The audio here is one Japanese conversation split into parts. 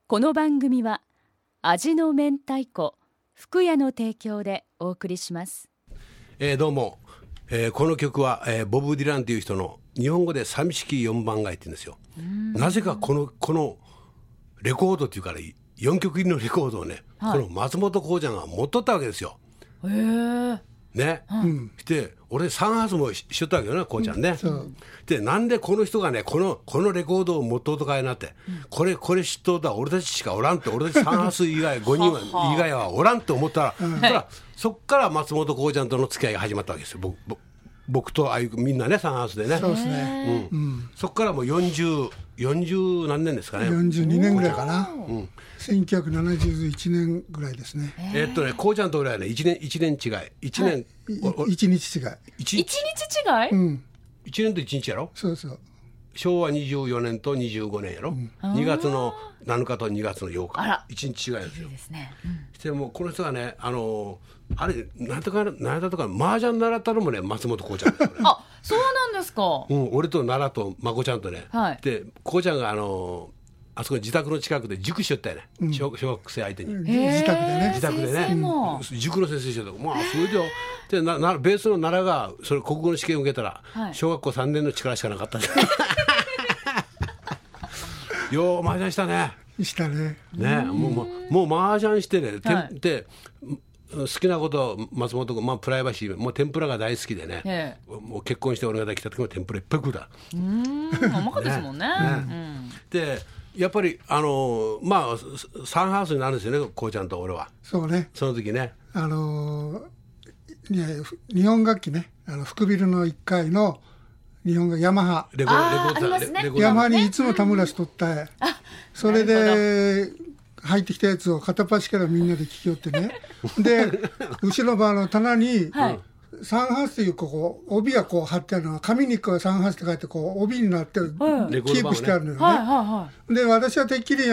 この番組は味の明太子福屋の提供でお送りします。 どうも、この曲は、ボブ・ディランという人の日本語で寂しき4番街って言うんですよ。なぜかこのレコードっていうから4曲入りのレコードをね、この松本幸ちゃんが持っとったわけですよ。ね、で俺サンハウスもしよったわけよな、こうちゃんね。でなんでこの人がねこのレコードを持っとうとかいなって、これ知っとうとは俺たちしかおらんって、俺たちサンハウス以外5人以外はおらんって思ったら、そっから松本幸ちゃんとの付き合いが始まったわけですよ。僕とああいうみんなね、サンハウスでね。 そうですね、 そっからもう40何年ですかね。 42年ぐらいかな、1971年ぐらいですね。 こうちゃんと俺はね1年違い、1年、 1日違い、 1日違い、 1年と1日やろ。 そうそう、 昭和24年と25年やろ、2月の7日と2月の8日、1日違いですよ。でもうこの人がね、あれ何だとか麻雀習ったのもね松本幸ちゃんですよね。 あ、そうなんですか。 俺と奈良とまこちゃんとね、で幸ちゃんがあそこ自宅の近くで塾しよったよね、小学生相手に、 自宅でね、 塾の先生しよった。まあそれでベースの奈良がそれ国語の試験を受けたら、小学校3年の力しかなかったんでよう麻雀したね。 したね。 もう麻雀してね、で好きなこと松本君、プライバシーもう天ぷらが大好きでね、もう結婚して俺ができた時も天ぷらいっぱい食うだ。 甘かったですもんね。 でやっぱりサンハウスになるんですよね、こうちゃんと俺は。 そうね、 その時ね、 日本楽器ね、福ビルの1階の日本楽器ヤマハレコードヤマハにいつも田村しとった。それで入ってきたやつを片っ端からみんなで聞きよってねで後ろの棚に、サンハウスという帯がこう貼ってあるのは、紙にサンハウスって書いて帯になってキープしてあるのよね。で私はてっきり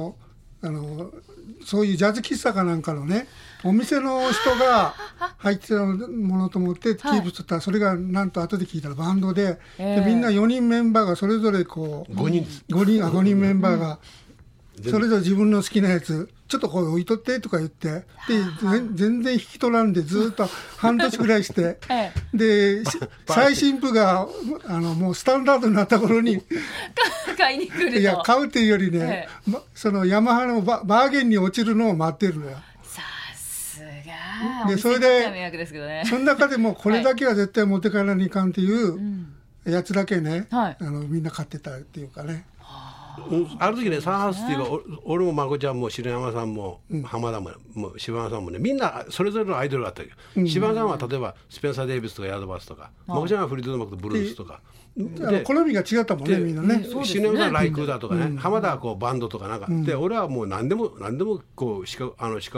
そういうジャズ喫茶かなんかのねお店の人が入ってたものと思ってキープしてたら、それがなんと後で聞いたらバンドで、みんな4人メンバーがそれぞれ5人メンバーがそれぞれ自分の好きなやつちょっと置いとってとか言って、で全然引き取らんでずっと半年ぐらいしてで最新譜がもうスタンダードになった頃に買いに来ると、 いや買うっていうよりね、そのヤマハのバーゲンに落ちるのを待ってるのよ。 さすがで、それでその中でもこれだけは絶対持って帰らにいかんっていうやつだけね、みんな買ってたっていうかね。 ある時ね、サンハウスっていうか、俺もまこちゃんも白山さんも浜田も柴山さんもね、みんなそれぞれのアイドルがあったけど、柴山さんは例えばスペンサー・デイビスとかヤードバースとか、まこちゃんはフリードマークとブルースとか、 好みが違ったもんね、みんなね。 白山さんはライクだとかね、浜田はバンドとかなんかで、俺はもう何でもシカゴ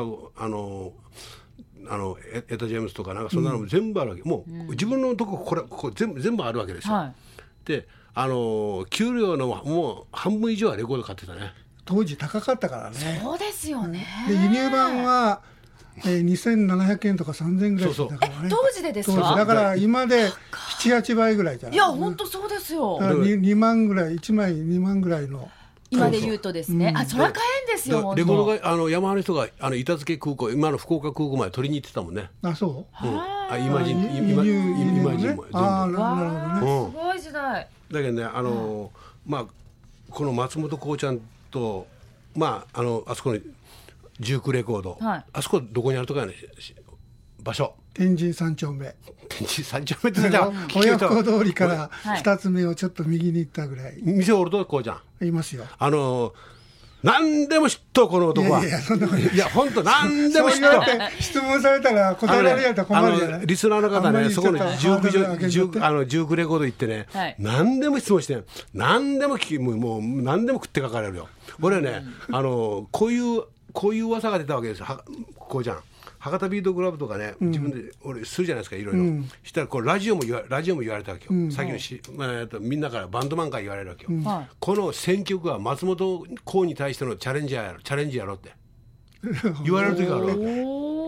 エタ・ジェームスとかなんかそんなのも全部あるわけ。もう自分のとこ全部あるわけですよ。で給料のもう半分以上はレコード買ってたね。 当時高かったからね。 そうですよね。 で輸入版は、2700円とか3000円ぐらいだからね。 当時でですか。 だから今で 7,8 倍ぐらいじゃない。 いや本当そうですよ。 2万ぐらい、1枚2万ぐらいの今で言うとですね、それは買えんですよ。 レコードがヤマハの人が板付空港、今の福岡空港まで取りに行ってたもんね。 あ、そう。 イマジンも全部。 ああ、なるほどね。 すごい時代。 だけどね、この松本幸ちゃんとあそこの19レコード、あそこどこにあるとかね、場所天神3丁目。 天神3丁目ってじゃあ親不孝通りから2つ目をちょっと右に行ったぐらい。 店おるとこうちゃんいますよ。 何でも知っとこの男は。いや本当何でも知っと。 質問されたら答えられやったら困るじゃない。 リスナーの方ね、そこの19レコード行ってね、何でも質問して、何でももう何でも食ってかかれるよ。俺ね、こういう噂が出たわけですよ。こうちゃん博多ビートクラブとかね、自分で俺するじゃないですか、いろいろ。したらラジオも言われたわけよ。さっきのみんなからバンドマンから言われるわけよ。この選曲は松本幸に対してのチャレンジやろって言われる時があるわけ。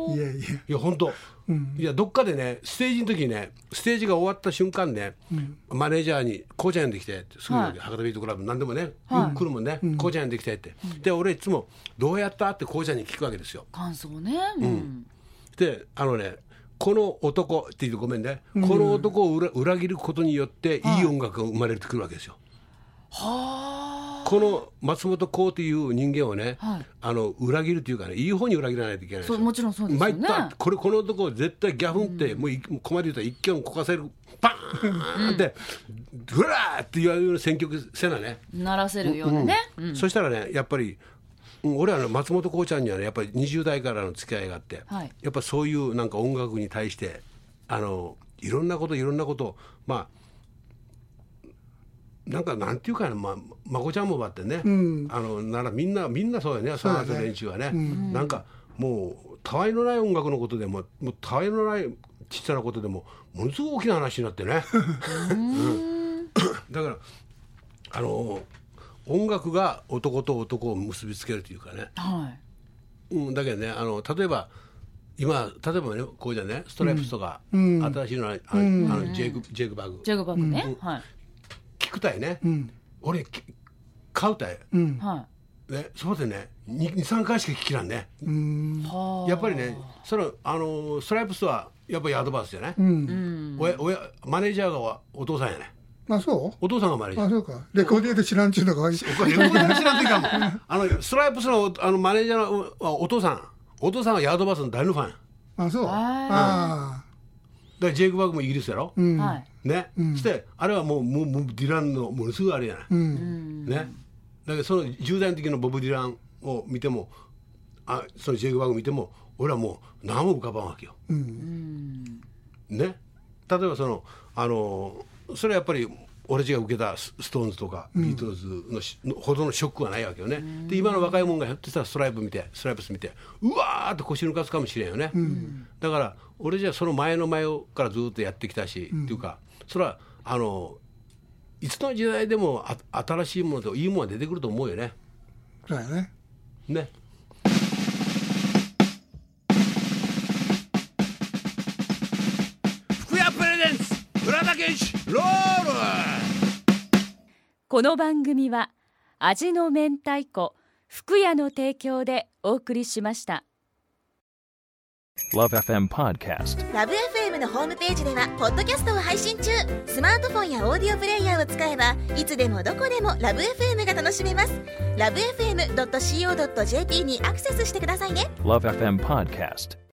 いやいや本当、いやどっかでねステージの時にねステージが終わった瞬間ね、マネージャーにこうちゃん呼んできてってすぐ博多ビートクラブ何でもね、来るもんね、こうちゃん呼んできてって、で俺いつもどうやったってこうちゃんに聞くわけですよ。 感想ね、 でこの男って言うとごめんね、この男を裏切ることによっていい音楽が生まれてくるわけですよ。この松本幸という人間をね、裏切るというかね、いい方に裏切らないといけないですよ。 もちろんそうですよね。 この男を絶対ギャフンって、もうここまで言ったら一挙こかせるパーンってフラーって言われるような選曲せなね、 鳴らせるようなね、 そしたらねやっぱり俺は松本幸ちゃんにはねやっぱり20代からの付き合いがあって、やっぱそういうなんか音楽に対していろんなことまあなんかなんていうかな、まこちゃんもばってね、ならみんなそうよね、その後連中はね、なんかもうたわいのない音楽のことでもうたわいのないちっちゃなことでもものすごく大きな話になってねだから音楽が男と男を結びつけるというかね、だけどね例えばねこうじゃねストライプスとか、新しいのはジェイクバグね、 聞くたいね、俺買うたい、そうでね 2,3 回しか聞きなんね、やっぱりねストライプスはやっぱりアドバイスじゃない、マネージャーがお父さんやね。お父さんがマネージャー。 そうか。レコーディーで知らんちゅうのがレコーディーで知らんっていうかストライプスのマネージャーはお父さんはヤードバスの大のファン。 そう。だからジェイクバーグもイギリスやろ、ね、そしてあれはもうディランのものすごいあれやない、ね、だけどその10代の時のボブ・ディランを見てもそのジェイクバーグ見ても俺はもう何も浮かばんわけよ、ね、例えばそれはやっぱり俺たちが受けたストーンズとかビートルズのほどのショックはないわけよね、で今の若い者がひょっとしたらストライプス見てうわーって腰抜かすかもしれんよね、だから俺じゃその前からずっとやってきたし、っていうかそれはいつの時代でも新しいものといいものが出てくると思うよね。 そうやね。 ね。福屋プレゼンツ浦田健志ロール。 この番組は味の明太子福屋の提供でお送りしました。 LoveFM Podcast。LoveFM のホームページではポッドキャストを配信中。スマートフォンやオーディオプレイヤーを使えばいつでもどこでも LoveFM が楽しめます。LoveFM.co.jp にアクセスしてくださいね。LoveFM Podcast。